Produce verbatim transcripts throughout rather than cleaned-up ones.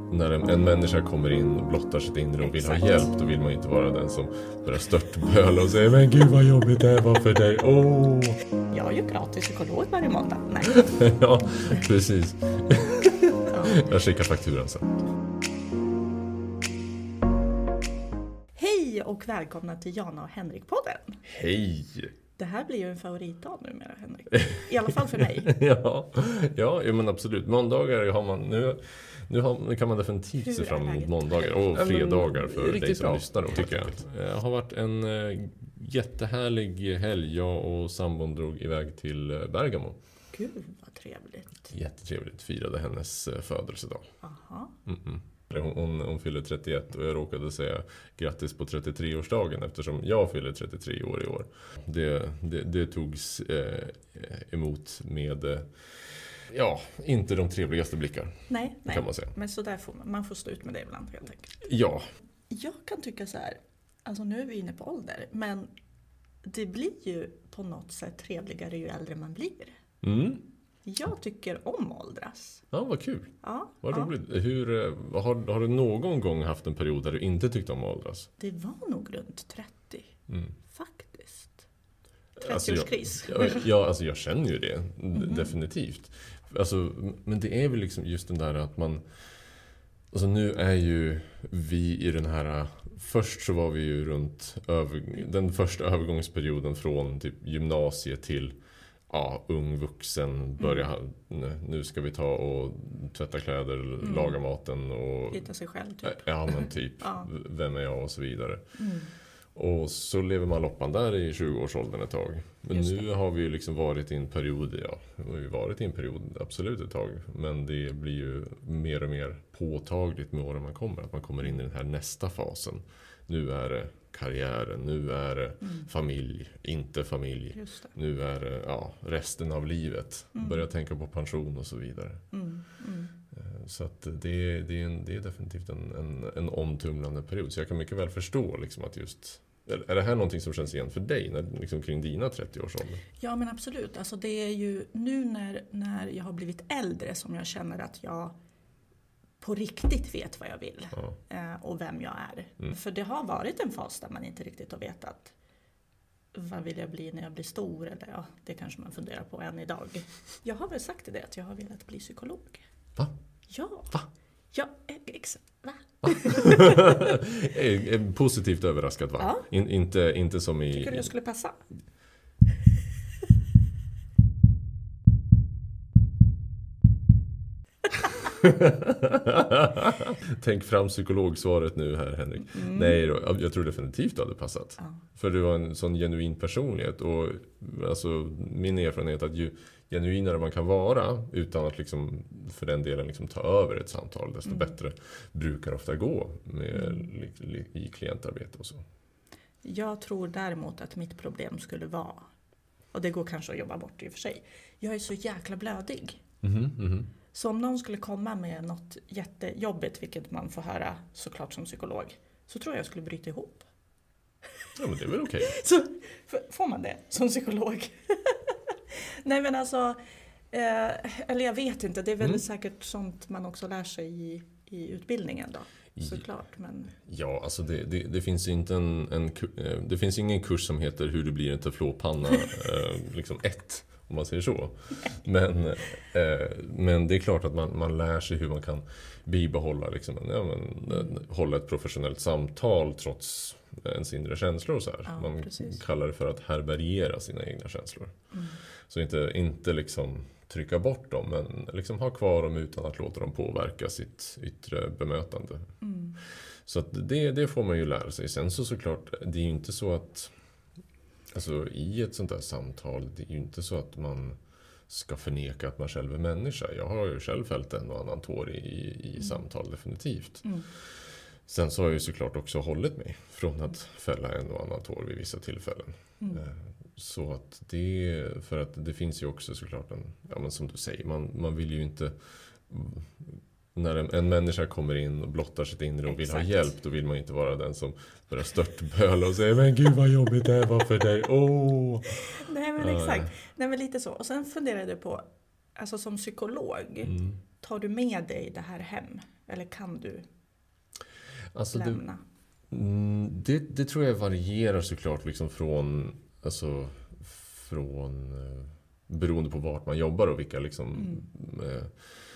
När en, en människa kommer in och blottar sitt inre och vill Exakt. ha hjälp, då vill man inte vara den som börjar störtböla och säger men gud vad jobbigt det här var för dig. Åh! Jag har ju gratis psykolog varje måndag. Nej. Ja, precis. Ja. Jag skickar fakturan sen. Hej och välkomna till Jana och Henrik-podden. Hej! Det här blir ju en favoritdag numera, Henrik. I alla fall för mig. ja, ja, ja, men absolut. Måndagar har man... Nu, nu, har, nu kan man definitivt Hur se är fram emot läget? måndagar. Och fredagar för dig riktigt som bra. lyssnar då, tycker jag. Det har varit en eh, jättehärlig helg. Jag och sambon drog iväg till eh, Bergamo. Gud vad trevligt. Jättetrevligt. Firade hennes eh, födelsedag. Aha. Mm-mm. Hon, hon, hon fyller trettioett och jag råkade säga grattis på trettiotre-årsdagen eftersom jag fyller trettiotre år i år. Det, det, det togs eh, emot med, eh, ja, inte de trevligaste blickar, Nej, nej. kan man säga. Men så där får man, man får stå ut med det ibland helt enkelt. Ja, Jag kan tycka så här, alltså nu är vi inne på ålder, men det blir ju på något sätt trevligare ju äldre man blir. mm. Jag tycker om åldras. Ja, vad kul. Ja, Vad ja. roligt. Hur, eh, har, har du någon gång haft en period där du inte tyckte om att åldras? Det var nog runt trettio, Mm. faktiskt. Alltså, jag, trettioårskris. ja, ja, alltså jag känner ju det, definitivt. Alltså, men det är väl liksom just den där att man... Alltså nu är ju vi i den här... Först så var vi ju runt över, den första övergångsperioden från typ gymnasiet till ja, ung vuxen. Börja, nu- nu ska vi ta och tvätta kläder, laga maten och... Hitta sig själv typ. Ja, men typ. Ja. Vem är jag och så vidare. Mm. Och så lever man loppan där i tjugoårsåldern ett tag. Men Just nu har vi ju liksom varit i en period, ja, vi har ju varit i en period absolut ett tag. Men det blir ju mer och mer påtagligt med åren man kommer. Att man kommer in i den här nästa fasen. Nu är det karriären, nu är det familj, inte familj. Just det. Nu är det ja, resten av livet. Mm. Börja tänka på pension och så vidare. Mm. Mm. Eh, Så att det, det, är en, det är definitivt en, en, en omtumlande period. Så jag kan mycket väl förstå liksom att just... Är det här någonting som känns igen för dig när, liksom kring dina trettio-årsålder? Ja men absolut, alltså det är ju nu när, när jag har blivit äldre som jag känner att jag på riktigt vet vad jag vill Ja. eh, och vem jag är. Mm. För det har varit en fas där man inte riktigt har vetat vad vill jag bli när jag blir stor, eller ja, det kanske man funderar på än idag. Jag har väl sagt det att jag har velat bli psykolog. Va? Ja. Va? Ja, exakt. Va? är, är positivt överraskad va? Ja. In, inte, inte som i... Tycker du jag skulle passa? Tänk fram psykologsvaret nu här Henrik. Mm. Nej då, jag tror definitivt det hade passat. Ja. För du har en sån genuin personlighet. Och alltså, min erfarenhet är att ju genuinare man kan vara utan att liksom, för den delen liksom, ta över ett samtal, desto Mm. bättre brukar ofta gå med, li, li, i klientarbete och så. Jag tror däremot att mitt problem skulle vara, och det går kanske att jobba bort i och för sig, jag är så jäkla blödig. Mhm, mhm. Så om någon skulle komma med något jättejobbigt, vilket man får höra såklart som psykolog, så tror jag jag skulle bryta ihop. Ja men det är väl okej. Så f- får man det som psykolog? Nej men alltså, eh, eller jag vet inte, det är väl Mm. säkert sånt man också lär sig i, i utbildningen då, såklart. Men Ja, alltså det, det, det finns ju inte en, en ku- eh, det finns ingen kurs som heter hur du blir en teflonpanna eh, liksom ett, om man säger så. Men, eh, men det är klart att man, man lär sig hur man kan bibehålla liksom, en- ja, men, eh, hålla ett professionellt samtal trots ens inre känslor och så här. Ja, Man precis. kallar det för att härbärgera sina egna känslor. mm. Så inte, inte liksom trycka bort dem, men liksom ha kvar dem utan att låta dem påverka sitt yttre bemötande. Mm. Så att det, det får man ju lära sig. Sen så såklart, det är ju inte så att alltså i ett sånt här samtal, det är ju inte så att man ska förneka att man själv är människa. Jag har ju själv fällt en och annan tår i, i Mm. samtal, definitivt. Mm. Sen så har jag ju såklart också hållit mig från att fälla en och annan tår vid vissa tillfällen. Mm. Eh, Så att det, för att det finns ju också såklart en, ja men som du säger, man, man vill ju inte, när en, en människa kommer in och blottar sitt inre och vill ha Exakt. hjälp, då vill man inte vara den som börjar störtböla och säger men gud vad jobbigt det här var för dig, åh! Nej men Ja, exakt, nej men lite så. Och sen funderade jag på, alltså som psykolog, Mm. tar du med dig det här hem? Eller kan du alltså lämna? Det, mm, det, det tror jag varierar såklart liksom från, alltså, från eh, beroende på vart man jobbar och vilka liksom, mm. eh,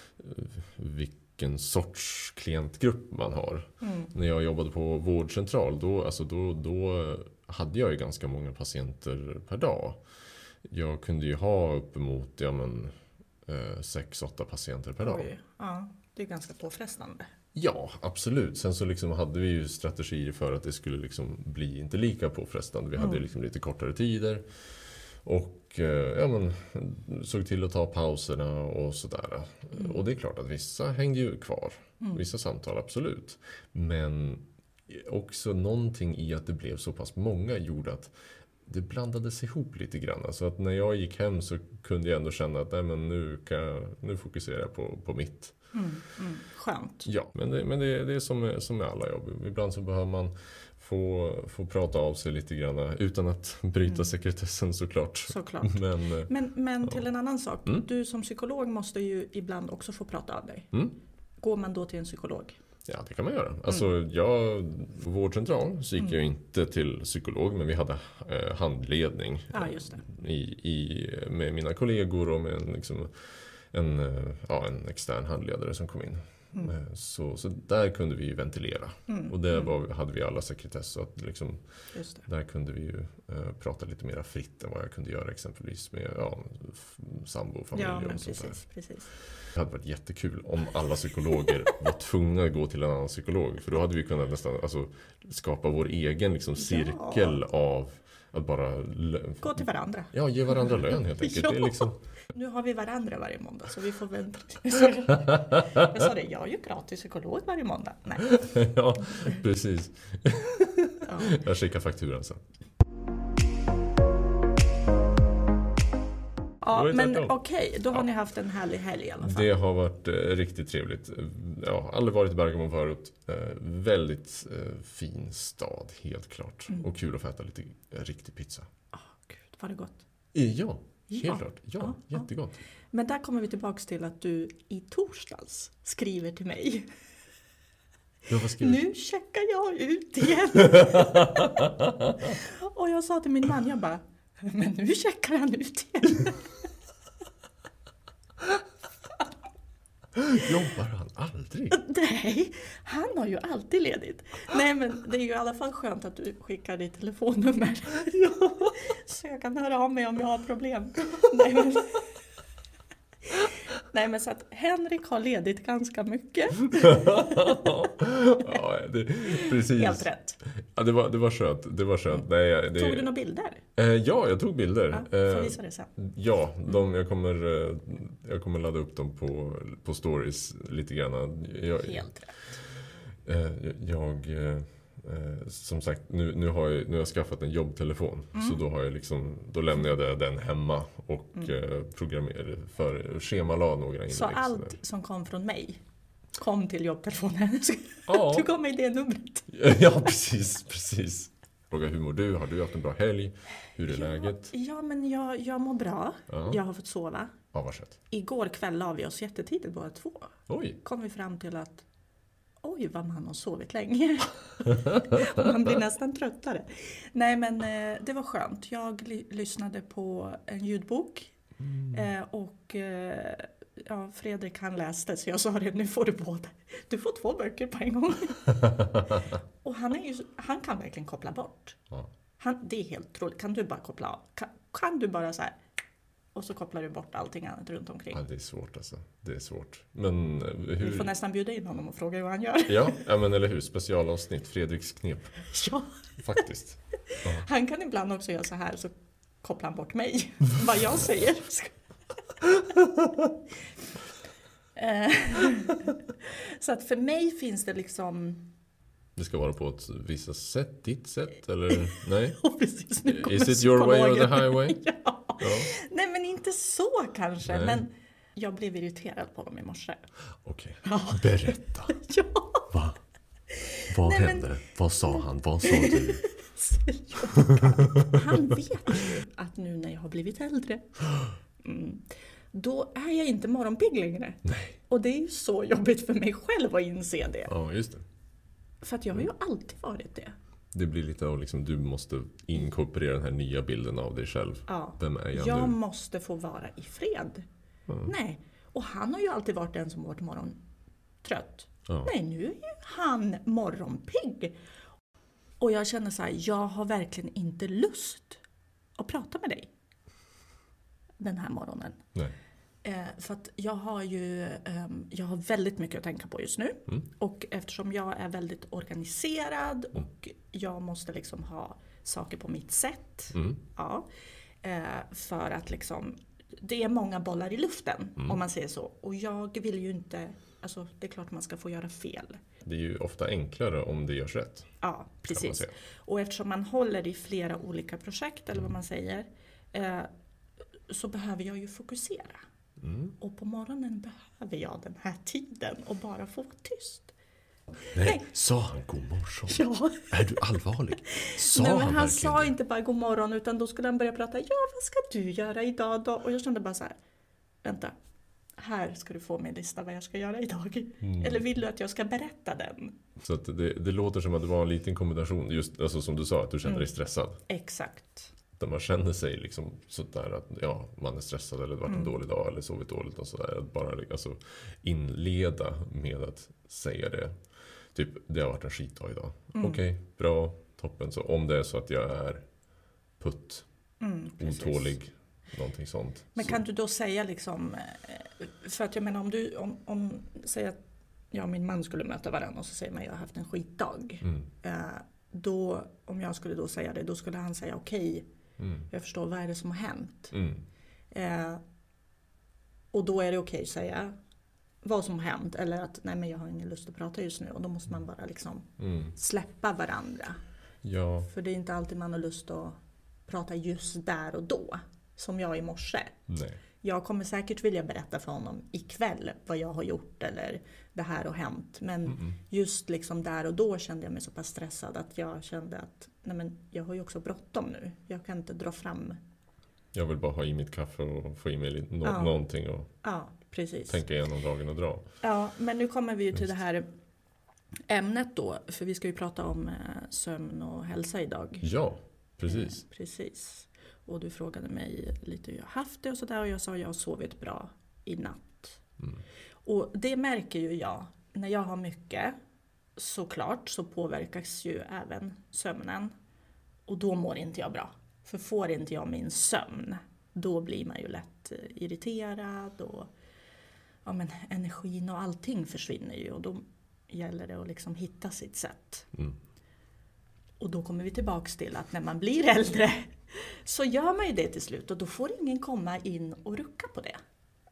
vilken sorts klientgrupp man har. Mm. När jag jobbade på vårdcentral, då, alltså då, då hade jag ju ganska många patienter per dag. Jag kunde ju ha uppemot ja, men, eh, sex åtta patienter per dag. Oj, ja, det är ganska påfrestande. Ja, absolut. Sen så liksom hade vi ju strategier för att det skulle liksom bli inte lika påfrestande. Vi mm. hade liksom lite kortare tider. Och ja, men, såg till att ta pauserna och sådär. Mm. Och det är klart att vissa hängde ju kvar. Mm. Vissa samtal, absolut. Men också någonting i att det blev så pass många gjorde att det blandades ihop lite grann. Så att när jag gick hem så kunde jag ändå känna att nej, men nu, kan jag, nu fokuserar jag på, på mitt. Mm, mm. Skönt. Ja, men det, men det, det är som med, som med alla jobb. Ibland så behöver man få, få prata av sig lite grann utan att bryta mm. sekretessen såklart. Såklart. Men, men, men till ja. en annan sak. Mm. Du som psykolog måste ju ibland också få prata av dig. Mm. Går man då till en psykolog? Ja, det kan man göra. Alltså, mm. jag, på vårdcentral så gick mm. jag inte till psykolog, men vi hade eh, handledning ja, just det. I, i, med mina kollegor och med en, liksom, en, ja, en extern handledare som kom in. Mm. Så, så där kunde vi ventilera. Mm. Och där var, hade vi alla sekretess. Så att liksom, där kunde vi ju uh, prata lite mer fritt än vad jag kunde göra exempelvis med ja, sambo och familj. Ja, och men sånt precis, där. precis. Det hade varit jättekul om alla psykologer var tvungna att gå till en annan psykolog. För då hade vi kunnat nästan alltså, skapa vår egen liksom, cirkel ja. av att bara... Lö- gå till varandra. Ja, ge varandra lön helt enkelt. ja. Det är liksom... Nu har vi varandra varje måndag så vi får vänta. Jag sa det, jag är ju gratis psykolog varje måndag. Nej. ja, precis. ja. Jag skickar fakturan sen. Ja, men okej, okay, då har ja. ni haft en härlig helg i alla fall. Det har varit eh, riktigt trevligt. Ja, aldrig varit i Bergamo förut. Eh, väldigt eh, fin stad, helt klart. Mm. Och kul att få äta lite eh, riktig pizza. Åh, oh, gud, var det gott? Ja, helt ja. klart. Ja, ja, jättegott. Ja. Men där kommer vi tillbaka till att du i torsdags skriver till mig. Ja, vad skriver du? Nu checkar jag ut igen. Och jag sa till min man, jag bara, men nu checkar han ut igen. Jobbar han aldrig? Nej, han har ju alltid ledigt. Nej, men det är ju i alla fall skönt att du skickar ditt telefonnummer. Ja. Så jag kan höra av mig om jag har problem. Nej, men... Nej, men så att Henrik har ledigt ganska mycket. ja, det, precis. Helt rätt. Ja, det var, det var skönt. Det var skönt. Nej, det... Tog du några bilder? Eh, ja, jag tog bilder. Ja, får visa det sen. Eh, ja, de, jag, kommer, jag kommer ladda upp dem på, på stories lite grann. Jag, Helt rätt. Eh, jag... Eh, som sagt, nu, nu, har jag, nu har jag skaffat en jobbtelefon. Mm. Så då, har jag liksom, då lämnar jag den hemma och mm. programmerar för schemalade några inlägg. Så allt som kom från mig kom till jobbtelefonen? Ja. Du gav mig det numret. Ja, precis, precis. Fråga, hur mår du? Har du haft en bra helg? Hur är ja, läget? Ja, men jag, jag mår bra. Ja. Jag har fått sova. Ja, vad skönt. Igår kväll la vi oss jättetidigt båda två. Oj. Kom vi fram till att oj, vad man har sovit länge. Man blir nästan tröttare. Nej, men eh, det var skönt. Jag li- lyssnade på en ljudbok. Mm. Eh, och eh, ja, Fredrik han läste, så jag sa det, nu får du båda. Du får två böcker på en gång. Och han, är ju, han kan verkligen koppla bort. Ja. Han, det är helt troligt. Kan du bara koppla av? Kan, kan du bara så här... Och så kopplar du bort allting annat runt omkring. Ja, det är svårt alltså. Det är svårt. Men hur... Vi får nästan bjuda in honom och fråga hur han gör. Ja, ja men eller hur? Specialavsnitt. Fredriks knep. Ja. Faktiskt. Ja. Han kan ibland också göra så här, så kopplar han bort mig. Vad jag säger. Så att för mig finns det liksom... Det ska vara på ett vissa sätt, ditt sätt, eller nej? Ja, precis. Nu Is it your way or the highway? Ja. Ja. Nej, men inte så kanske. Nej. Men jag blev irriterad på dem i morse. Okej, okay. Ja. Berätta. Ja. Va? Vad Nej, hände? Men... Vad sa han? Vad sa du? Han vet ju att nu när jag har blivit äldre, mm, då är jag inte morgonpigg längre. Nej. Och det är ju så jobbigt för mig själv att inse det. Ja, just det. För att jag har ju alltid varit det. Det blir lite av liksom, du måste inkorporera den här nya bilden av dig själv. Ja. Vem är jag, jag nu? måste få vara i fred. Mm. Nej. Och han har ju alltid varit den som varit morgontrött. Ja. Nej, nu är ju han morgonpigg. Och jag känner så här, jag har verkligen inte lust att prata med dig den här morgonen. Nej. Eh, för att jag har ju eh, jag har väldigt mycket att tänka på just nu. Mm. Och eftersom jag är väldigt organiserad Mm. och jag måste liksom ha saker på mitt sätt. Mm. Ja, eh, för att liksom, det är många bollar i luften Mm. om man säger så. Och jag vill ju inte, alltså det är klart man ska få göra fel. Det är ju ofta enklare om det görs rätt. Ja, Kan man precis. säga. Och eftersom man håller i flera olika projekt eller vad man säger, eh, så behöver jag ju fokusera. Mm. Och på morgonen behöver jag den här tiden och bara få vara tyst. Nej, Nej. sa han god morgon? Ja. Är du allvarlig? Sa Nej, men han han verkligen sa det? inte bara god morgon utan då skulle han börja prata. Ja, vad ska du göra idag då? Och jag kände bara så här. Vänta, här ska du få min lista vad jag ska göra idag. Mm. Eller vill du att jag ska berätta den? Så att det, det låter som att det var en liten kombination. Just alltså, som du sa, att du kände Mm. dig stressad. Exakt. Där man känner sig liksom sådär att ja, man är stressad eller det har varit en Mm. dålig dag eller sovit dåligt och sådär. Att bara alltså, inleda med att säga det. Typ, det har varit en skitdag idag. Mm. Okej, bra, toppen. Så om det är så att jag är putt, Mm, precis. otålig, någonting sånt. Men så, kan du då säga liksom, eh, för att jag menar om du, om, om säg att jag och min man skulle möta varandra och så säger man jag har haft en skitdag. Mm, Eh, då, om jag skulle då säga det, då skulle han säga okej, mm, jag förstår vad är det som har hänt. mm, Eh, och då är det okej att säga vad som har hänt eller att nej men jag har ingen lust att prata just nu och då måste man bara liksom mm. släppa varandra. Ja, För det är inte alltid man har lust att prata just där och då, som jag i morse. nej. Jag kommer säkert vilja berätta för honom ikväll vad jag har gjort eller det här har hänt. Men Mm-mm. just liksom där och då kände jag mig så pass stressad att jag kände att nej men jag har ju också bråttom nu. Jag kan inte dra fram. Jag vill bara ha i mitt kaffe och få i mig lite, no- Ja. någonting och Ja, precis. tänka igenom dagen och dra. Ja, men nu kommer vi ju till Just. det här ämnet då. För vi ska ju prata om eh, sömn och hälsa idag. Ja, precis. Eh, precis. Och du frågade mig lite hur jag haft det och sådär. Och jag sa att jag har sovit bra i natt. Mm. Och det märker ju jag. När jag har mycket, såklart, så påverkas ju även sömnen. Och då mår inte jag bra. För får inte jag min sömn, då blir man ju lätt eh, irriterad. Och ja, men energin och allting försvinner ju. Och då gäller det att liksom hitta sitt sätt. Mm. Och då kommer vi tillbaks till att när man blir äldre så gör man ju det till slut. Och då får ingen komma in och rucka på det.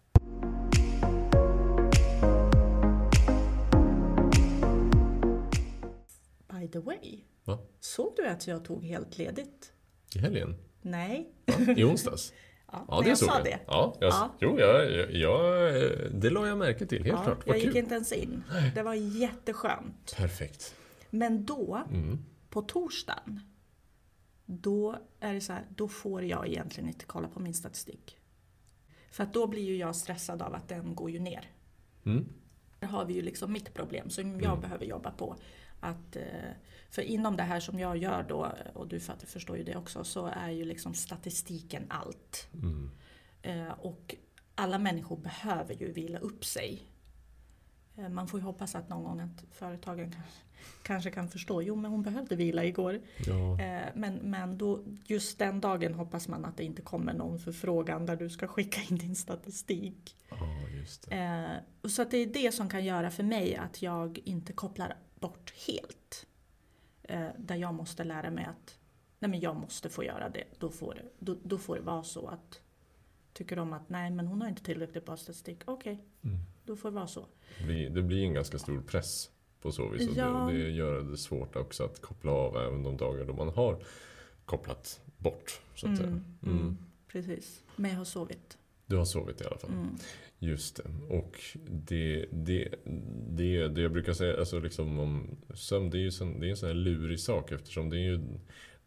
By the way, Va? såg du att jag tog helt ledigt? I helgen? Nej. Va? I onsdags? Ja, Ja, men det jag såg sa jag. det. Ja, jag, Ja. Jo, jag, jag, jag, det la jag märke till, helt Ja, klart. jag Vad gick kul. inte ens in. Det var jätteskönt. Perfekt. Men då, Mm. på torsdagen, då är det så här, då får jag egentligen inte kolla på min statistik. För att då blir ju jag stressad av att den går ju ner. Mm. Där har vi ju liksom mitt problem som jag Mm. behöver jobba på. Att, eh, för inom det här som jag gör då, och du förstår ju det också, så är ju liksom statistiken allt. Mm. Eh, Och alla människor behöver ju vila upp sig. Eh, Man får ju hoppas att någon gång att företagen kanske, kanske kan förstå. Jo, men hon behövde vila igår. Ja. Eh, Men, men då, just den dagen hoppas man att det inte kommer någon förfrågan där du ska skicka in din statistik. Ja, just det. Eh, och så att det är det som kan göra för mig att jag inte kopplar bort helt. Eh, där jag måste lära mig att nej men jag måste få göra det. Då får det, då, då får det vara så att tycker de att nej men hon har inte tillräckligt bra statistik. Okej, Mm. då får det vara så. Det blir, det blir en ganska stor press på så vis. Och Ja. det, det gör det svårt också att koppla av även de dagar då man har kopplat bort. Så att säga. Mm, Mm. mm, precis. Men jag har sovit. Du har sovit i alla fall. Mm. Just det. Och det, det, det, det jag brukar säga, alltså liksom om sömn, det är ju sån, det är en sån här lurig sak eftersom det är ju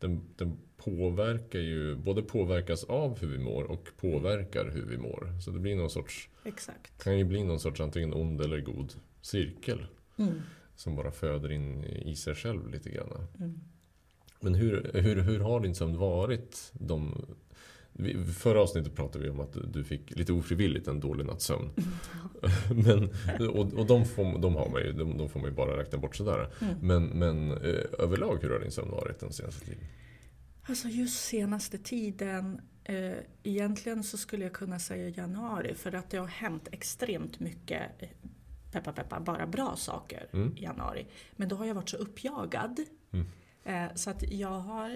den, den påverkar ju, både påverkas av hur vi mår och påverkar hur vi mår. Så det blir någon sorts, Exakt. kan ju bli någon sorts antingen ond eller god cirkel. Mm. Som bara föder in i sig själv lite grann. Mm. Men hur, hur, hur har din sömn varit? De, vi, förra avsnittet pratade vi om att du fick lite ofrivilligt en dålig nattsömn. Mm. men, och och de, får, de, har man ju, de, de får man ju bara räkna bort sådär. Mm. Men, men eh, överlag, hur har din sömn varit den senaste tiden? Alltså just senaste tiden, eh, egentligen så skulle jag kunna säga januari. För att det har hänt extremt mycket, peppa peppa, bara bra saker mm. i januari. Men då har jag varit så uppjagad. Mm. Eh, så att jag har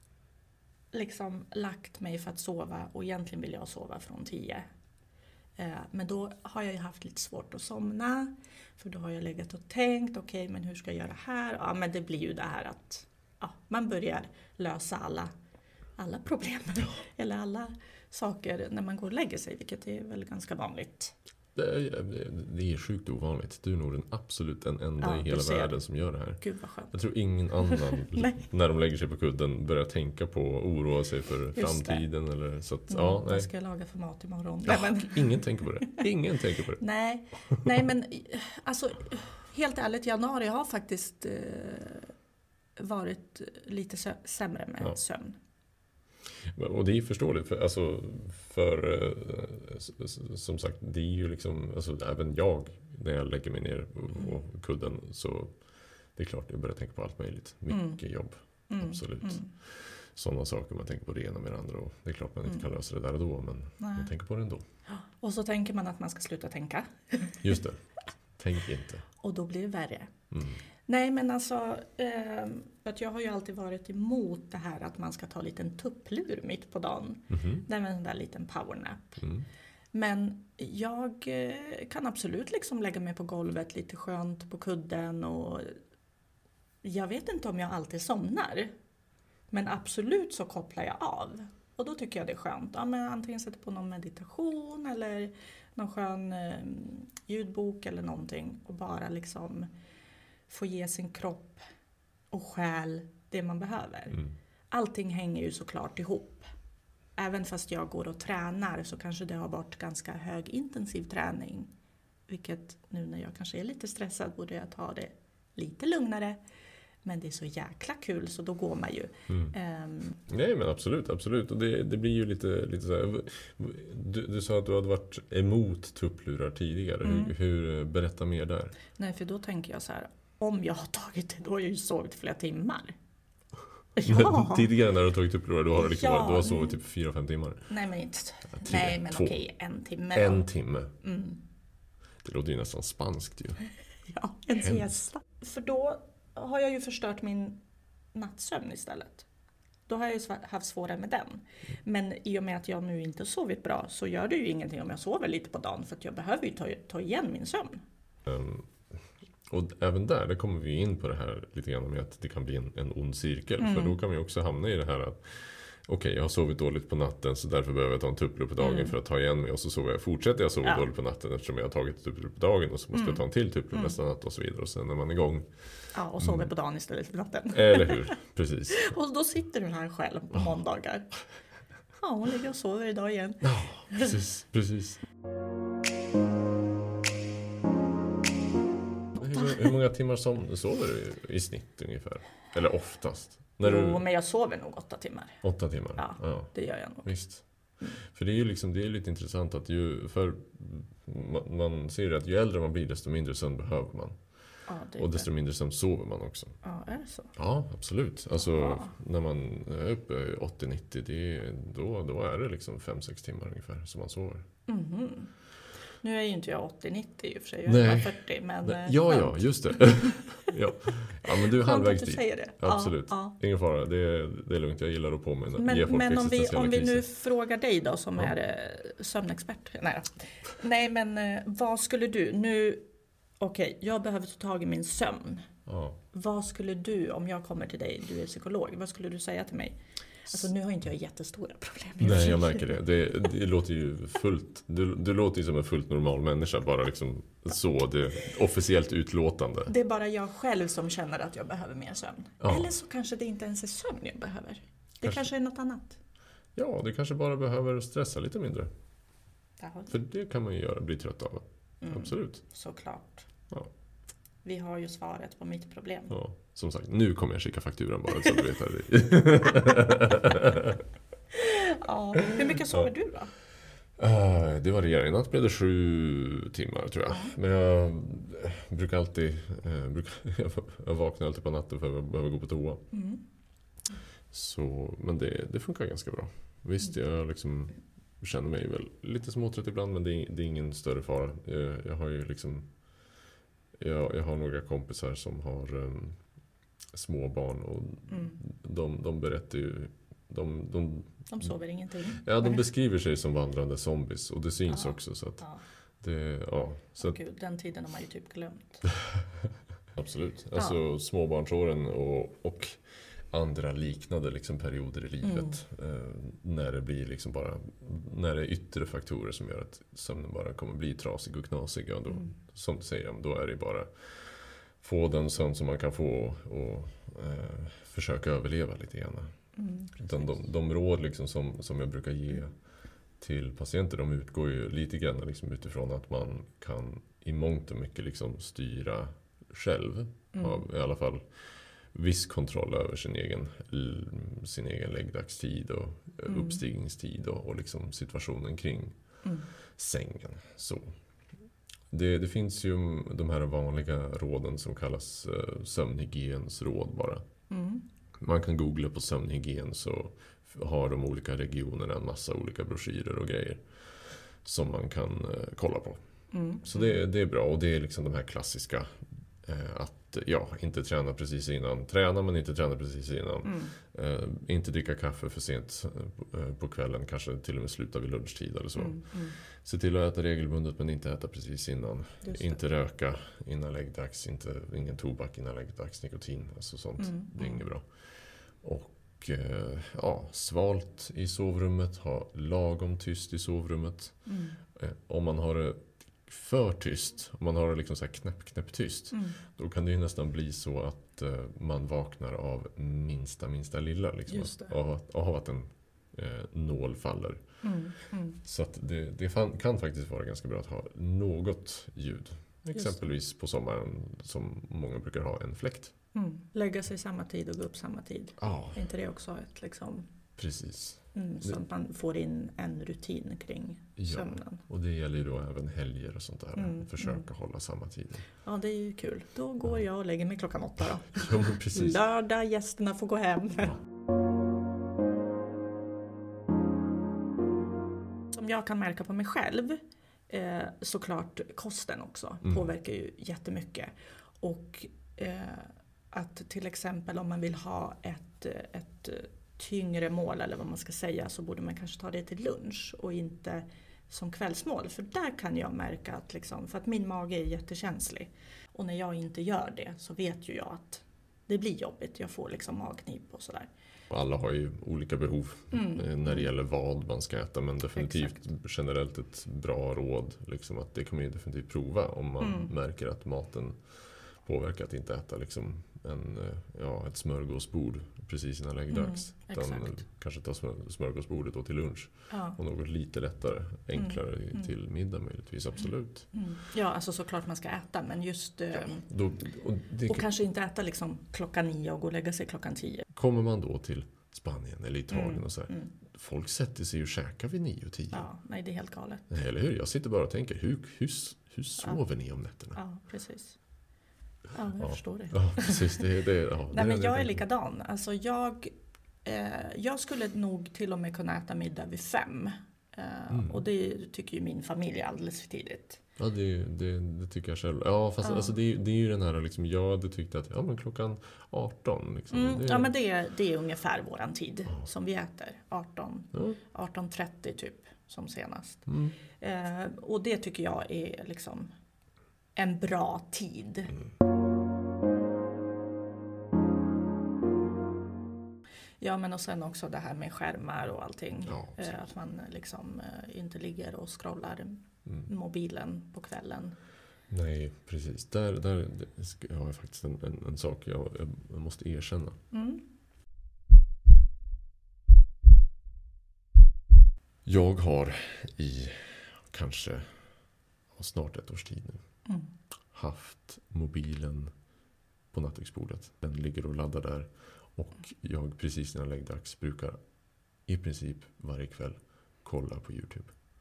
liksom lagt mig för att sova. Och egentligen vill jag sova från tio. Eh, men då har jag ju haft lite svårt att somna. För då har jag legat och tänkt, okej okay, men hur ska jag göra här? Ja men det blir ju det här att ja, man börjar lösa alla, alla problem. Eller alla saker när man går och lägger sig. Vilket är väl ganska vanligt. Det är, det är sjukt ovanligt. Du är nog den absolut den enda ja, i hela världen som gör det här. Gud vad skönt. Jag tror ingen annan när de lägger sig på kudden börjar tänka på och oroa sig för Just framtiden. Eller, så att, mm, ja, nej. Vad ska jag laga för mat imorgon? Ja, nej, men... Ingen tänker på det. Ingen tänker på det. nej, nej, men alltså, helt ärligt, januari har faktiskt eh, varit lite sö- sämre med ja. sömn. Och det är förståeligt, för, alltså, för som sagt, det är ju liksom, alltså, även jag, när jag lägger mig ner på kudden, så det är klart jag börjar tänka på allt möjligt. Mycket mm. jobb, mm. absolut. Mm. Sådana saker, man tänker på det ena med det andra, och det är klart man inte kan lösa det där och då, men Nej. man tänker på det ändå. Och så tänker man att man ska sluta tänka. Just det, tänk inte. Och då blir det värre. Mm. Nej men alltså, eh, att jag har ju alltid varit emot det här att man ska ta en liten tupplur mitt på dagen. Mm-hmm. Det är en där liten powernap. Mm. Men jag eh, kan absolut liksom lägga mig på golvet lite skönt på kudden. Och jag vet inte om jag alltid somnar. Men absolut så kopplar jag av. Och då tycker jag det är skönt. Ja, men antingen sätter på någon meditation eller någon skön eh, ljudbok eller någonting. Och bara liksom få ge sin kropp och själ det man behöver. Mm. Allting hänger ju såklart ihop. Även fast jag går och tränar så kanske det har varit ganska hög intensiv träning. Vilket nu när jag kanske är lite stressad borde jag ta det lite lugnare. Men det är så jäkla kul så då går man ju. Mm. Um, Nej men absolut, absolut. Och det, det blir ju lite, lite så här, du, du sa att du hade varit emot tupplurar tidigare. Mm. Hur, hur, berätta mer där. Nej för då tänker jag så här, om jag har tagit det då har jag ju sovit flera timmar. Ja. Tidigare när du har tagit tupplurar då har du, liksom, ja. du har sovit typ fyra fem timmar. Nej men inte. Ja, tre, Nej men två. Okej, en timme. En timme. Mm. Det låter ju nästan spanskt ju. Ja, en siesta. För då har jag ju förstört min nattsömn istället. Då har jag ju haft svårare med den. Men i och med att jag nu inte sovit bra så gör det ju ingenting om jag sover lite på dagen. För att jag behöver ju ta, ta igen min sömn. Um, och även där, där kommer vi in på det här lite grann med att det kan bli en, en ond cirkel. Mm. För då kan vi också hamna i det här att okej, okay, jag har sovit dåligt på natten så därför behöver jag ta en tupplur på dagen mm. för att ta igen mig. Och så sover jag, fortsätter jag sova ja. dåligt på natten eftersom jag har tagit tupplur på dagen och så måste mm. jag ta en till tupplur mm. nästa natt och så vidare. Och sen är man igång. Ja, och sover mm. på dagen istället för natten. Eller hur, precis. Och då sitter du här själv på måndagar. Ja, hon ligger och sover idag igen. Ja, precis, precis. Hur, hur många timmar som sover du i snitt ungefär? Eller oftast? När du... Jo, men jag sover nog åtta timmar. Åtta timmar? Ja, ja. Det gör jag nog. Visst. Mm. För det är ju liksom, det är lite intressant att ju, för man, man ser att ju äldre man blir desto mindre sömn behöver man. Ja, det och desto mindre sömn sover man också. Ja, är det så? Ja, absolut. Alltså ja. När man är uppe åttio nittio, det är, då, då är det liksom fem sex timmar ungefär som man sover. Mhm. Nu är ju inte jag åttio nittio i och för sig, jag är bara fyrtio. Men Nej. Ja, ja, just det. ja. ja, men du är halvvägs dit. Säger det. Absolut. Ja, ja. Ingen fara, det är, det är lugnt. Jag gillar att påminna. Men, men om, vi, om vi nu frågar dig då som ja. är eh, sömnexpert. Nej. Nej, men eh, vad skulle du nu... Okej, okay, jag behöver ta tag i min sömn. Ja. Vad skulle du, om jag kommer till dig, du är psykolog, vad skulle du säga till mig? Alltså nu har inte jag jättestora problem. Nej, jag märker det. Det, det låter ju fullt... Du, du låter ju som en fullt normal människa. Bara liksom så, det officiellt utlåtande. Det är bara jag själv som känner att jag behöver mer sömn. Ja. Eller så kanske det inte ens är sömn jag behöver. Det Kanske. kanske är något annat. Ja, du kanske bara behöver stressa lite mindre. Ja, För det kan man ju göra, bli trött av. mm, Absolut. såklart. Ja. Vi har ju svaret på mitt problem. Ja, som sagt, nu kommer jag skicka fakturan bara så du vet det. Ja. Hur mycket sover du då? Uh, det varierar. I natt blev det sju timmar tror jag. Mm. Men jag brukar alltid... Uh, brukar, jag vaknar alltid på natten för att jag behöver gå på toa. Mm. Så, men det, det funkar ganska bra. Visst, jag liksom känner mig väl lite småtrött ibland, men det är, det är ingen större fara. Jag, jag har ju liksom... Jag, jag har några kompisar som har um, små barn och Mm. de, de berättar ju... De, de, De sover ingenting. ja, de beskriver sig som vandrande zombies och det syns Ja. också. Så att Ja. det, ja, så Åh, att, Gud, den tiden har man ju typ glömt. absolut. Alltså småbarnsåren och, och andra liknande liksom, perioder i livet. Eh, när det blir liksom bara... När det är yttre faktorer som gör att sömnen bara kommer bli trasig och knasig. Ja, då, Mm. som du säger, då är det bara få den sömn som man kan få och eh, försöka överleva lite grann. Mm. Utan de, de råd liksom som, som jag brukar ge till patienter, de utgår ju lite grann liksom utifrån att man kan i mångt och mycket liksom styra själv. Mm. Av i alla fall viss kontroll över sin egen, sin egen läggdagstid och Mm. uppstigningstid och, och liksom situationen kring Mm. sängen. Så. Det, det finns ju de här vanliga råden som kallas eh, sömnhygiensråd bara. Mm. Man kan googla på sömnhygien så har de olika regionerna en massa olika broschyrer och grejer som man kan eh, kolla på. Mm. Så det, det är bra och det är liksom de här klassiska eh, att ja, inte träna precis innan. Träna men inte träna precis innan. Mm. Eh, inte dricka kaffe för sent eh, på kvällen, kanske till och med sluta vid lunchtid eller så. Mm. Mm. Se till att äta regelbundet men inte äta precis innan. Just det. Inte röka innan läggdags, inte, ingen tobak innan läggdags, nikotin, alltså sånt. Mm. Det är Mm. inget bra. Och eh, ja, svalt i sovrummet, ha lagom tyst i sovrummet. Mm. Eh, om man har det för tyst, om man har det liksom så här knäpp, knäpp tyst, Mm. då kan det ju nästan bli så att eh, man vaknar av minsta, minsta lilla. Liksom, Just det. av, att, av att en eh, nål faller. Mm. Mm. Så att det, det fan, kan faktiskt vara ganska bra att ha något ljud. Exempelvis på sommaren som många brukar ha en fläkt. Mm. Lägga sig samma tid och gå upp samma tid. Ja, Är inte det också ett liksom... precis. Mm, så att man får in en rutin kring Ja. sömnen. Och det gäller ju då även helger och sånt där. Mm, Försöka mm. hålla samma tid. Ja, det är ju kul. Då går jag och lägger mig klockan åtta då. Ja, men precis. Lördag, gästerna får gå hem. Som jag kan märka på mig själv, eh, såklart kosten också Mm. påverkar ju jättemycket. Och eh, att till exempel om man vill ha ett, ett tyngre mål eller vad man ska säga, så borde man kanske ta det till lunch och inte som kvällsmål. För där kan jag märka att, liksom, för att min mage är jättekänslig. Och när jag inte gör det så vet ju jag att det blir jobbigt. Jag får liksom magknip och sådär. Alla har ju olika behov Mm. eh, när det gäller vad man ska äta. Men definitivt Exakt. generellt ett bra råd. Liksom att det kan man ju definitivt prova om man Mm. märker att maten påverkar att inte äta liksom en, eh, ja, ett smörgåsbord precis innan läggdags. Mm, Utan exakt. kanske ta smör- smörgåsbordet då till lunch. Ja. Och något lite lättare, enklare Mm. till middag möjligtvis, absolut. Mm. Ja, alltså såklart man ska äta, men just... Eh, Då, och det, och kanske inte äta liksom klockan nio och gå och lägga sig klockan tio. kommer man då till Spanien eller Italien Mm, och så här. mm. Folk sätter sig och käkar vid nio och tio. Ja, nej, det är helt galet. Nej, eller hur? Jag sitter bara och tänker, hur, hur, hur sover ni om nätterna? Ja, precis. Ja, jag Ja. förstår det. Ja, precis. Det, det, ja, Nej, det, men det, jag är det- likadan. Alltså jag, eh, jag skulle nog till och med kunna äta middag vid fem. Eh, Mm. Och det tycker ju min familj är alldeles för tidigt. Ja, det, det, det tycker jag själv. Ja, fast Ja. Alltså, det, det är ju den här, liksom, jag hade tyckt att ja, men klockan arton. Liksom, Mm, det, ja, men det är, det är ungefär våran tid Ja. som vi äter. arton, ja, arton trettio typ, som senast. mm, Eh, och det tycker jag är liksom en bra tid. mm. Ja, men och sen också det här med skärmar och allting. Ja, eh, att man liksom eh, inte ligger och scrollar Mm. mobilen på kvällen. Nej, precis. Där, där har jag faktiskt en, en, en sak jag, jag måste erkänna. Mm. Jag har i kanske snart ett års tid nu Mm. haft mobilen på nattduksbordet. Den ligger och laddar där. Och jag precis när jag lägger dags brukar i princip varje kväll kolla på YouTube.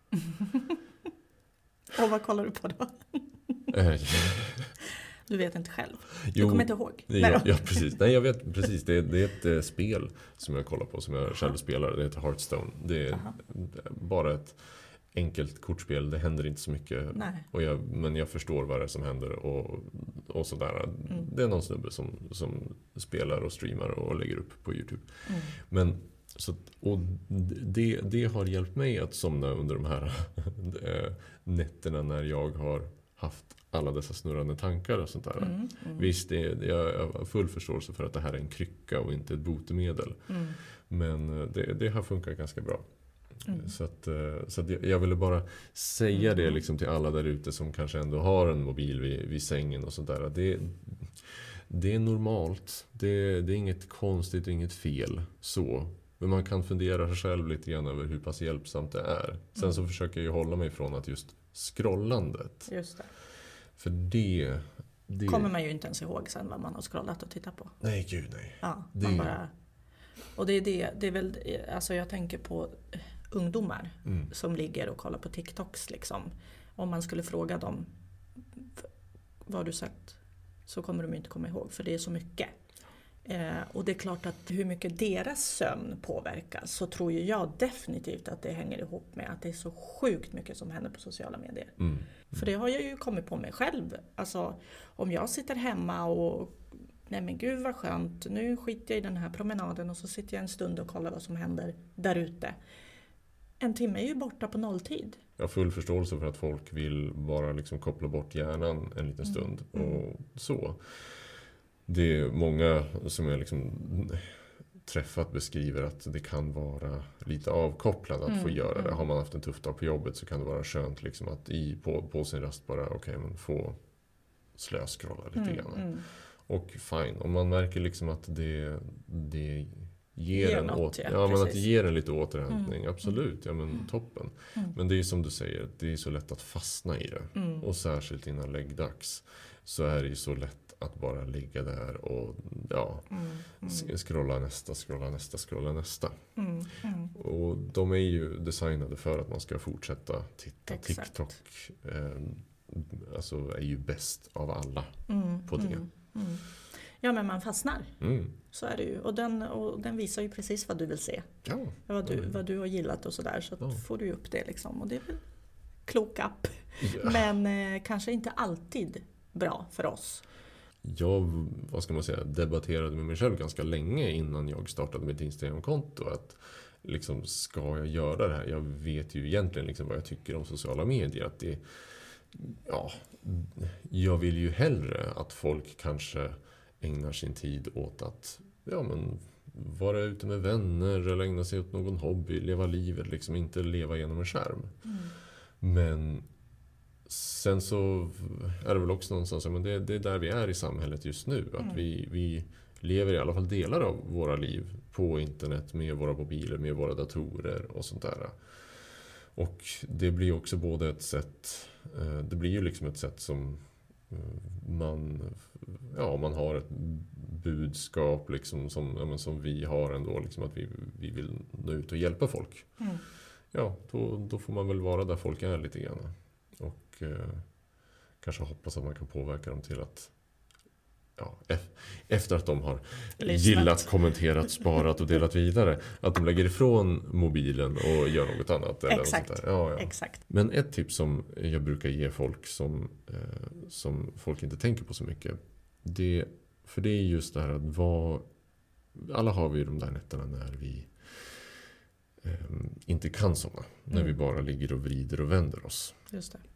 Och vad kollar du på då? Eh, Du vet inte själv. Du jo, kommer inte ihåg. Nej, ja, ja, precis. Nej, jag vet precis. Det är, det är ett eh, spel som jag kollar på, som jag själv spelar. Det heter Hearthstone. Det är Aha. bara ett enkelt kortspel. Det händer inte så mycket. Nej. Och jag, men jag förstår vad det är som händer och, och sådär. Mm. Det är någon snubbe som, som spelar och streamar och lägger upp på YouTube. Mm. Men så, och det, det har hjälpt mig att somna under de här äh, nätterna när jag har haft alla dessa snurrande tankar och sånt där. Mm. Mm. Visst, det, jag har full förståelse för att det här är en krycka och inte ett botemedel. Mm. Men det, det har funkat ganska bra. Mm. Så, att, så att jag ville bara säga det liksom till alla där ute som kanske ändå har en mobil vid, vid sängen och sånt där. Det, det är normalt. Det, det är inget konstigt och inget fel. Så. Men man kan fundera själv lite grann över hur pass hjälpsamt det är. Sen Mm. så försöker jag hålla mig från att just scrollandet. Just det. För det... det... Kommer man ju inte ens ihåg sen vad man har scrollat och tittat på. Nej, gud nej. Ja, Det- man bara... Och det är det, det är väl, alltså jag tänker på ungdomar Mm. som ligger och kollar på TikToks liksom. Om man skulle fråga dem vad har du sagt, så kommer de inte komma ihåg, för det är så mycket. Eh, och det är klart att hur mycket deras sömn påverkas, så tror ju jag definitivt att det hänger ihop med att det är så sjukt mycket som händer på sociala medier. Mm. För det har jag ju kommit på mig själv. Alltså om jag sitter hemma och nej men gud vad skönt, nu skiter jag i den här promenaden och så sitter jag en stund och kollar vad som händer där ute. En timme är ju borta på nolltid. Jag har full förståelse för att folk vill bara liksom koppla bort hjärnan en liten stund. Mm. Och så. Det är många som jag liksom träffat beskriver att det kan vara lite avkopplande att Mm, få göra det. mm. Har man haft en tuff dag på jobbet så kan det vara skönt liksom att i, på, på sin rast bara okay, men få slöskrolla lite Mm, grann. mm. Och fine, om man märker liksom att det, det ger, Ger en något, åt, ja, ja, men att det precis. ger en lite återhämtning. Mm, Absolut, ja men toppen. Mm. Men det är ju som du säger, det är så lätt att fastna i det. Mm. Och särskilt innan läggdags så är det ju så lätt att bara ligga där och ja, Mm, mm, s- scrolla nästa, scrolla nästa, scrolla nästa. mm, mm. Och de är ju designade för att man ska fortsätta titta. Exakt. TikTok eh, alltså är ju bäst av alla Mm, på det. mm, mm. Ja men man fastnar, Mm. så är det ju. Och den, och den visar ju precis vad du vill se. Ja. Vad du, Mm. vad du har gillat och sådär. Så att Ja. får du ju upp det liksom. Och det är väl klok app. Ja. Men eh, kanske inte alltid bra för oss. Jag, vad ska man säga, debatterade med mig själv ganska länge innan jag startade mitt Instagram-konto. Att liksom, ska jag göra det här? Jag vet ju egentligen liksom vad jag tycker om sociala medier. Att det, ja, jag vill ju hellre att folk kanske ägnar sin tid åt att ja, men, vara ute med vänner eller ägna sig åt någon hobby, leva livet, liksom inte leva genom en skärm. Mm. Men sen så är det väl också någonstans, men det, det är där vi är i samhället just nu. Att Mm. vi, vi lever i alla fall delar av våra liv på internet med våra mobiler, med våra datorer och sånt där. Och det blir också både ett sätt, eh, det blir ju liksom ett sätt som eh, man, ja, man har ett budskap liksom som, ja, men som vi har ändå, liksom att vi, vi vill nå ut och hjälpa folk. Mm. Ja, då, då får man väl vara där folk är lite grann. Och eh, kanske hoppas att man kan påverka dem till att ja, ef- efter att de har Lyssnat. gillat, kommenterat, sparat och delat vidare, att de lägger ifrån mobilen och gör något annat. Eller Exakt. något sånt där. Ja, ja. Exakt. Men ett tips som jag brukar ge folk som, eh, som folk inte tänker på så mycket, det, för det är just det här att vad, alla har vi ju de där nätterna när vi eh, inte kan somna. När Mm. vi bara ligger och vrider och vänder oss. Just det.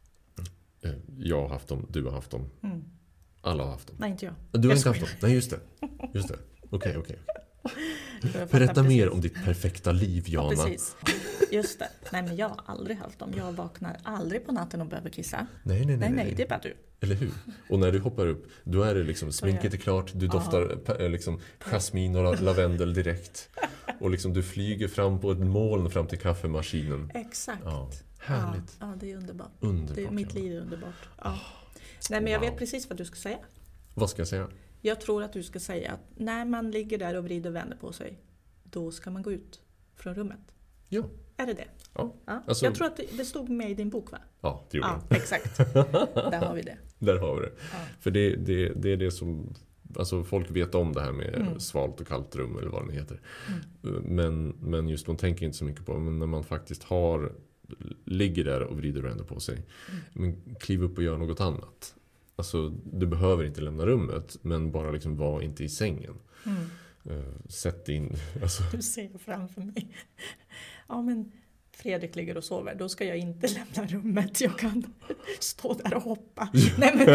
Eh, jag har haft dem, du har haft dem, Mm. alla har haft dem. Nej, inte jag. Du har Jag inte haft skojar. dem? Nej, just det. Just det. Okej, okej. okej. Berätta mer om ditt perfekta liv, Jana. Ja, precis. Just det. Nej, men jag har aldrig haft dem. Jag vaknar aldrig på natten och behöver kissa. Nej, nej, nej. Nej, nej, nej. det är bara du. Eller hur? Och när du hoppar upp, då är det liksom, sminket är klart, du doftar ja. liksom jasmin och lavendel direkt. Och liksom du flyger fram på ett moln fram till kaffemaskinen. Exakt. Ja, härligt. Ja, ja, det är underbart. Underbart. Det är, mitt liv är underbart. Ja. Nej, men jag wow. vet precis vad du ska säga. Vad ska jag säga? Jag tror att du ska säga att när man ligger där och vrider och vänder på sig, då ska man gå ut från rummet. Ja. Är det det? Ja. Ja. Alltså, jag tror att det, det stod med i din bok, va? Ja, det gjorde ja, det. Exakt. Där har vi det. Där har vi det. Ja. För det, det, det är det som... Alltså folk vet om det här med mm. svalt och kallt rum eller vad det heter. Mm. Men, men just man tänker inte så mycket på det. Men när man faktiskt har ligger där och vrider och vänder på sig. Mm. Men kliv upp och gör något annat. Alltså du behöver inte lämna rummet. Men bara liksom vara inte i sängen. Mm. Uh, sätt in... Alltså. Du ser framför mig. Ja, men Fredrik ligger och sover. Då ska jag inte lämna rummet. Jag kan stå där och hoppa. Nej, men,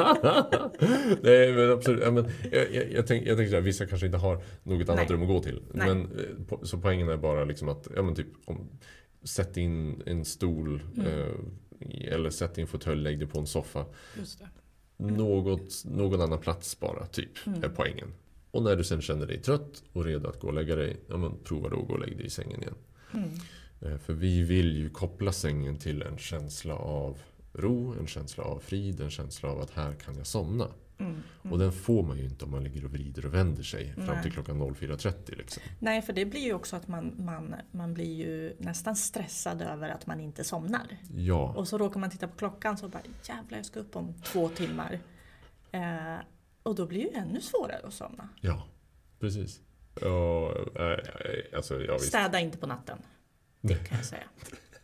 Nej, men absolut. Ja, men jag, jag, jag tänker jag tänk så här, vissa kanske inte har något annat Nej. rum att gå till. Nej. Men, så poängen är bara liksom att ja, men typ, om, sätt in en stol mm. eh, eller sätt in fåtölj, lägg dig på en soffa. Just det. Något, någon annan plats bara, typ, mm. är poängen. Och när du sen känner dig trött och redo att gå och lägga dig, ja, men prova då att gå och lägga dig i sängen igen. Mm. För vi vill ju koppla sängen till en känsla av ro, en känsla av frid, en känsla av att här kan jag somna. Mm, mm. Och den får man ju inte om man ligger och vrider och vänder sig fram Nej. till klockan fyra trettio. Liksom. Nej, för det blir ju också att man, man, man blir ju nästan stressad över att man inte somnar. Ja. Och så råkar man titta på klockan så bara, jävlar jag ska upp om två timmar. Eh, och då blir det ju ännu svårare att somna. Ja, precis. Ja, alltså, ja, visst. Städa inte på natten. Det kan jag säga.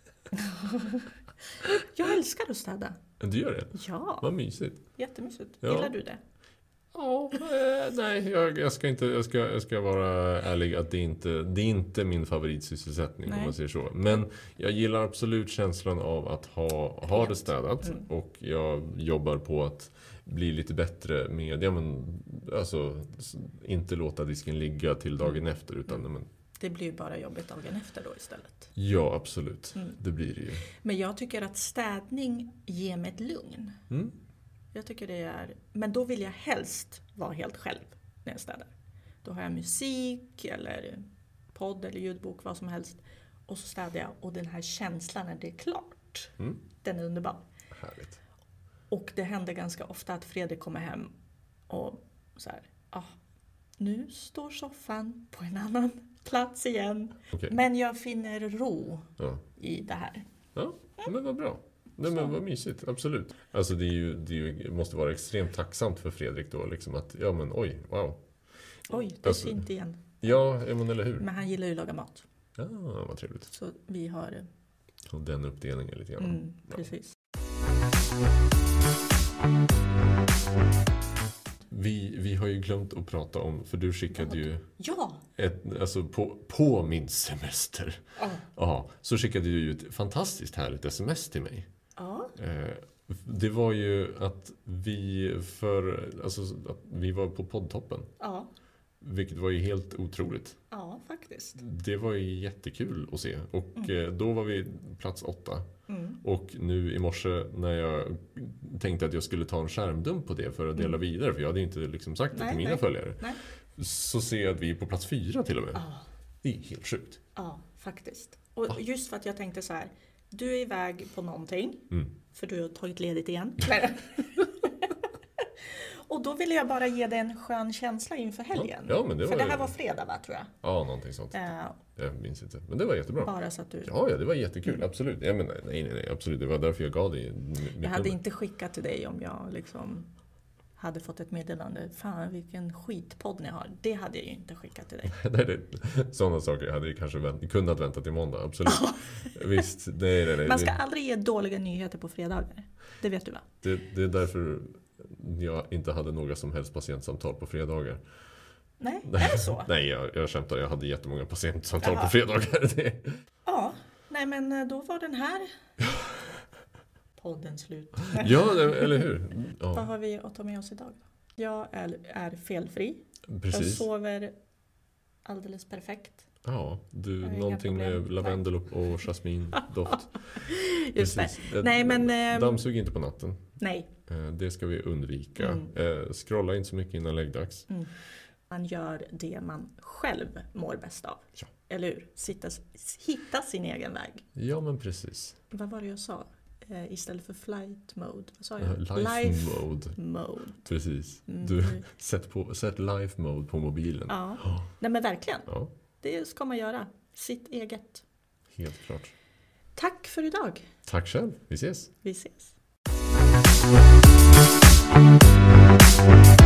Jag älskar att städa. Du gör det? Ja. Vad mysigt. Jättemysigt. Ja. Gillar du det? Ja, eh, nej, jag, jag, ska inte, jag, ska, jag ska vara ärlig att det inte det är inte min favoritsysselsättning nej. Om man säger så. Men jag gillar absolut känslan av att ha, ha det städat. Mm. Och jag jobbar på att bli lite bättre med, ja, men, alltså, inte låta disken ligga till dagen mm. efter utan mm. men, det blir ju bara jobbigt dagen efter då istället. Ja, absolut. Mm. Det blir det ju. Men jag tycker att städning ger mig ett lugn. Mm. Jag tycker det är... Men då vill jag helst vara helt själv när jag städar. Då har jag musik eller podd eller ljudbok, vad som helst. Och så städar jag. Och den här känslan när det är klart, mm. den är underbar. Härligt. Och det händer ganska ofta att Fredrik kommer hem och så här... Ah, nu står soffan på en annan plats igen. Okay. Men jag finner ro ja. I det här. Ja, men vad bra. Nej, men vad mysigt, absolut. Alltså det, är ju, det är ju, måste vara extremt tacksamt för Fredrik då. Liksom att, ja men oj, wow. Oj, det alltså, är fint igen. Ja, men eller hur. Men han gillar ju att laga mat. Ja, vad trevligt. Så vi har... Och den uppdelningen lite grann. Mm, precis. Ja. Vi, vi har ju glömt att prata om, för du skickade ju ja. ett, alltså på, på min semester. Ja. Ja, så skickade du ju ett fantastiskt härligt sms till mig. Ja. Eh, det var ju att vi för, alltså att vi var på poddtoppen. Ja. Vilket var ju helt otroligt. Ja, faktiskt. Det var ju jättekul att se. Och mm. då var vi plats åtta. Mm. Och nu i morse när jag tänkte att jag skulle ta en skärmdump på det för att dela mm. vidare. För jag hade inte liksom sagt det nej, till mina nej. följare. Nej. Så ser jag att vi är på plats fyra till och med. Ja. Det är helt sjukt. Ja, faktiskt. Och just för att jag tänkte så här. Du är iväg på någonting. Mm. För du har tagit ledigt igen. Och då ville jag bara ge dig en skön känsla inför helgen. Ja, men det var för det här ju... var fredag, va, tror jag? Ja, någonting sånt. Uh, jag minns inte. Men det var jättebra. Bara så att du... Ja, ja, det var jättekul. Mm. Absolut. Ja, men nej, nej, nej, absolut. Det var därför jag gav dig mitt Jag hade nummer. inte skickat till dig om jag liksom hade fått ett meddelande. Fan, vilken skitpodd ni har. Det hade jag ju inte skickat till dig. nej, det, sådana saker hade jag kanske vänt, kunnat vänta till måndag. Absolut. Visst. Nej, nej, nej. Man ska aldrig ge dåliga nyheter på fredagar. Det vet du, va? Det, det är därför... jag inte hade några som helst patientsamtal på fredagar. Nej, är det så? Nej, jag, jag skämtar. Jag hade jättemånga patientsamtal Jaha. på fredagar. Det. Ja, nej men då var den här podden slut. Ja, eller hur? Ja. Vad har vi att ta med oss idag? Jag är, är felfri. Precis. Jag sover alldeles perfekt. Ja, du, inga någonting med problem. lavendel och, och jasmindoft. Just Precis. det. Nej, men, ehm, Dammsug inte på natten. Nej. Eh, Det ska vi undvika. Mm. Eh, Scrolla inte så mycket innan läggdags. Mm. Man gör det man själv mår bäst av. Ja. Eller hur? Sitta, hitta sin egen väg. Ja, men precis. Vad var det jag sa? Eh, istället för flight mode. Vad sa Eh, jag? Life, mode. mode. Precis. Mm. Du, sätt, på, sätt life mode på mobilen. Ja. Oh. Nej, men verkligen. Ja, Det ska man göra. Sitt eget. helt klart. Tack för idag. Tack själv. Vi ses. Vi ses.